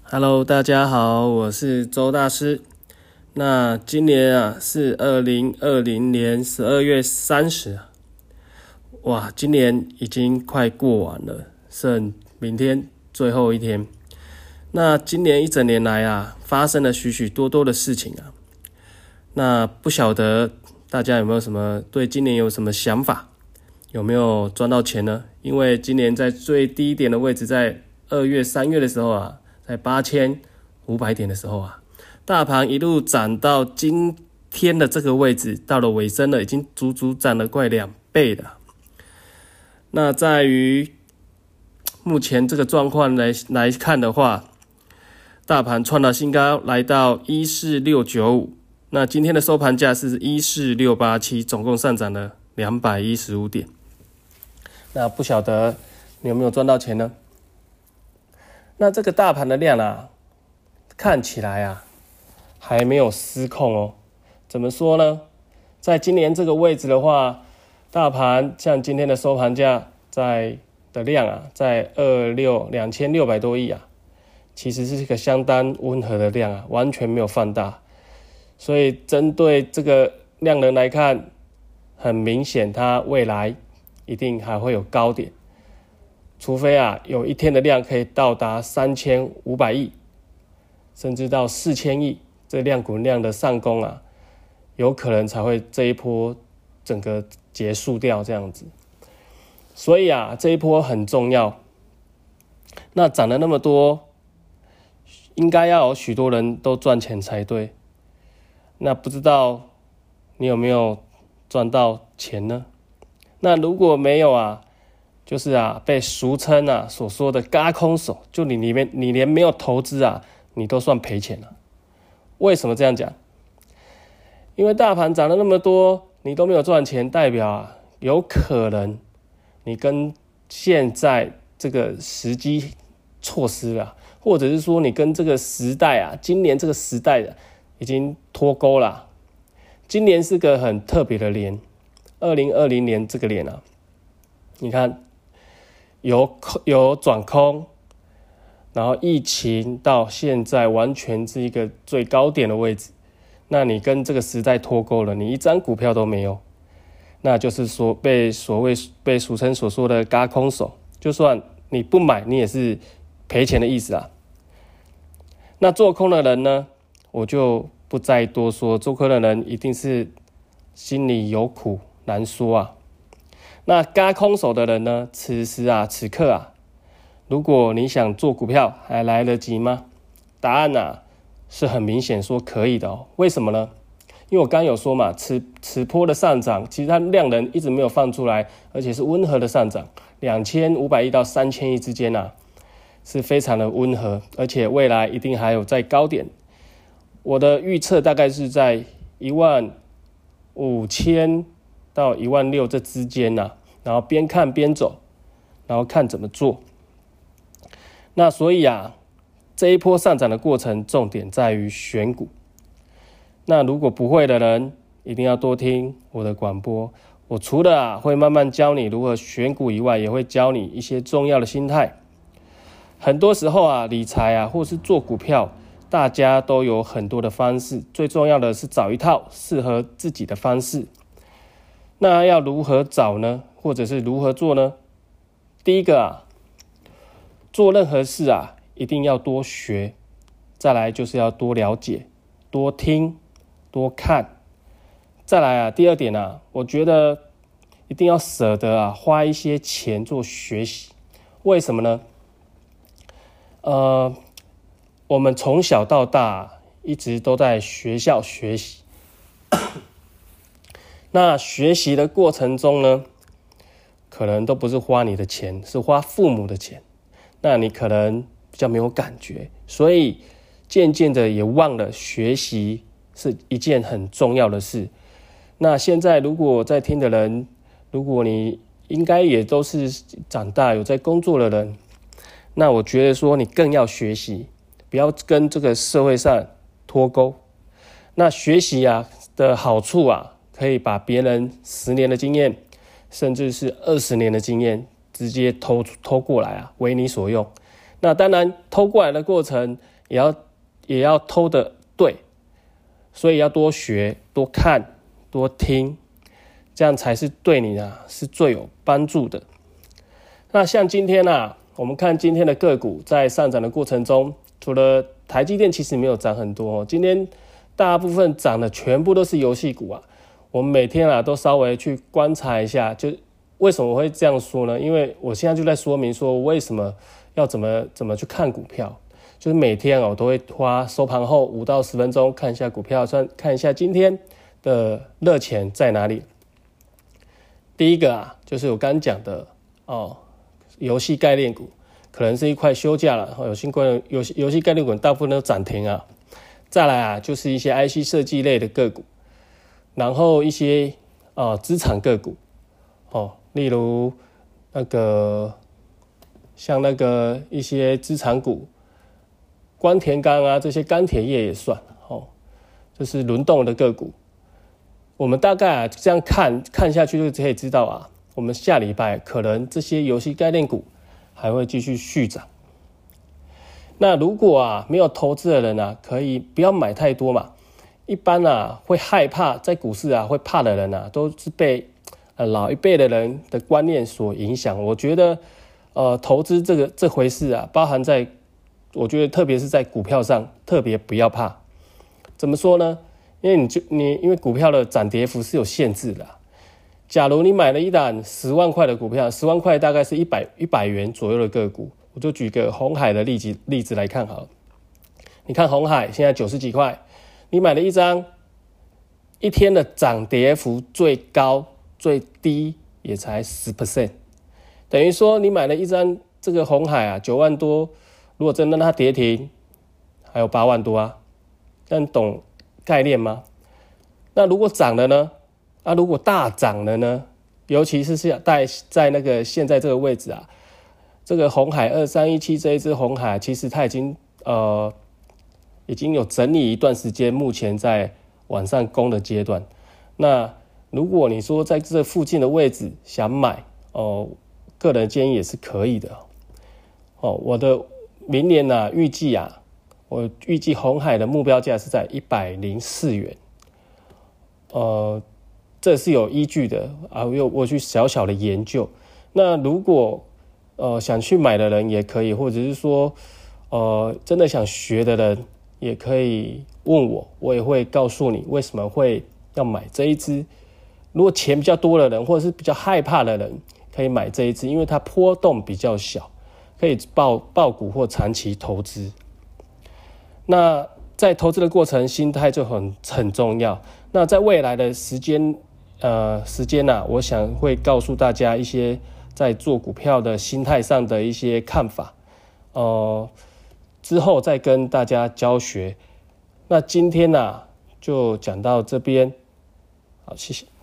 Hello， 大家好，我是周大师。那今年是2020年12月30哇，今年已经快过完了，剩明天最后一天。那今年一整年来发生了许许多多的事情那不晓得大家有没有对今年有什么想法？有没有赚到钱呢？因为今年在最低点的位置，在2月、3月的时候在8500点的时候大盘一路涨到今天的这个位置，到了尾声了，已经足足涨了快2倍了。那在于目前这个状况来看的话，大盘创了新高，来到14695，那今天的收盘价是14687，总共上涨了215点。那不晓得你有没有赚到钱呢？那这个大盘的量看起来还没有失控怎么说呢？在今年这个位置的话，大盘像今天的收盘价的量在2600多亿其实是一个相当温和的量完全没有放大。所以针对这个量能来看，很明显它未来一定还会有高点，除非有一天的量可以到达3500亿甚至到4000亿，这量滚量的上攻有可能才会这一波整个结束掉这样子。所以这一波很重要。那涨了那么多，应该要有许多人都赚钱才对。那不知道你有没有赚到钱呢？那如果没有就是被俗称所说的軋空手，就你连没有投资你都算赔钱了。为什么这样讲？因为大盘涨了那么多，你都没有赚钱，代表有可能你跟现在这个时机错失了，或者是说你跟这个时代今年这个时代已经脱钩了。今年是个很特别的年，2020年这个年你看有转空，然后疫情到现在完全是一个最高点的位置，那你跟这个时代脱钩了，你一张股票都没有，那就是说被俗称所说的軋空手，就算你不买，你也是赔钱的意思那做空的人呢，我就不再多说，做空的人一定是心里有苦难说那軋空手的人呢，此时此刻如果你想做股票，还来得及吗？答案是很明显说可以的为什么呢？因为我刚刚有说嘛，此波的上涨，其实它量能一直没有放出来，而且是温和的上涨，2500亿到3000亿之间是非常的温和，而且未来一定还有在高点。我的预测大概是在15000到16000这之间然后边看边走，然后看怎么做。那所以这一波上涨的过程重点在于选股。那如果不会的人，一定要多听我的广播。我除了会慢慢教你如何选股以外，也会教你一些重要的心态。很多时候理财或是做股票，大家都有很多的方式，最重要的是找一套适合自己的方式。那要如何找呢？或者是如何做呢？第一个做任何事一定要多学，再来就是要多了解，多听，多看。再来第二点我觉得一定要舍得花一些钱做学习。为什么呢？我们从小到大一直都在学校学习那学习的过程中呢，可能都不是花你的钱，是花父母的钱，那你可能比较没有感觉，所以渐渐的也忘了学习是一件很重要的事。那现在如果在听的人，如果你应该也都是长大有在工作的人，那我觉得说你更要学习，不要跟这个社会上脱钩。那学习的好处可以把别人10年的经验，甚至是20年的经验直接偷过来为你所用。那当然偷过来的过程也要偷的对，所以要多学、多看、多听，这样才是对你是最有帮助的。那像今天我们看今天的个股在上涨的过程中，除了台积电其实没有涨很多，今天大部分涨的全部都是游戏股我们每天都稍微去观察一下，就为什么我会这样说呢？因为我现在就在说明说为什么要怎么去看股票，就是每天我都会花收盘后5到10分钟看一下股票，看一下今天的热钱在哪里。第一个就是我刚刚讲的游戏概念股，可能是一块休假了，游戏概念股大部分都涨停再来就是一些 IC 设计类的个股，然后一些资产个股例如像一些资产股，关田钢这些钢铁业也算就是轮动的个股。我们大概这样看下去就可以知道我们下礼拜可能这些游戏概念股还会继续续涨。那如果没有投资的人可以不要买太多嘛。一般会害怕在股市会怕的人都是被老一辈的人的观念所影响。我觉得投资这回事包含在我觉得特别是在股票上特别不要怕。怎么说呢？因为股票的涨跌幅是有限制的假如你买了一档10万块的股票，10万块大概是100元左右的个股，我就举个鸿海的例子来看好了。你看鸿海现在90几块，你买了一张，一天的涨跌幅最高最低也才 10%， 等于说你买了一张这个鸿海9万多，如果真的让它跌停还有8万多但懂概念吗？那如果涨了呢？如果大涨了呢？尤其是在现在这个位置这个鸿海2317这一只鸿海，其实它已经有整理一段时间，目前在往上攻的阶段。那如果你说在这附近的位置想买个人建议也是可以的我的明年预计我预计鸿海的目标价是在104元这是有依据的我去小小的研究。那如果想去买的人也可以，或者是说真的想学的人也可以问我也会告诉你为什么会要买这一支。如果钱比较多的人或者是比较害怕的人可以买这一支，因为它波动比较小，可以抱股或长期投资。那在投资的过程心态就很重要。那在未来的时间我想会告诉大家一些在做股票的心态上的一些看法之后再跟大家教学。那今天就讲到这边，好，谢谢。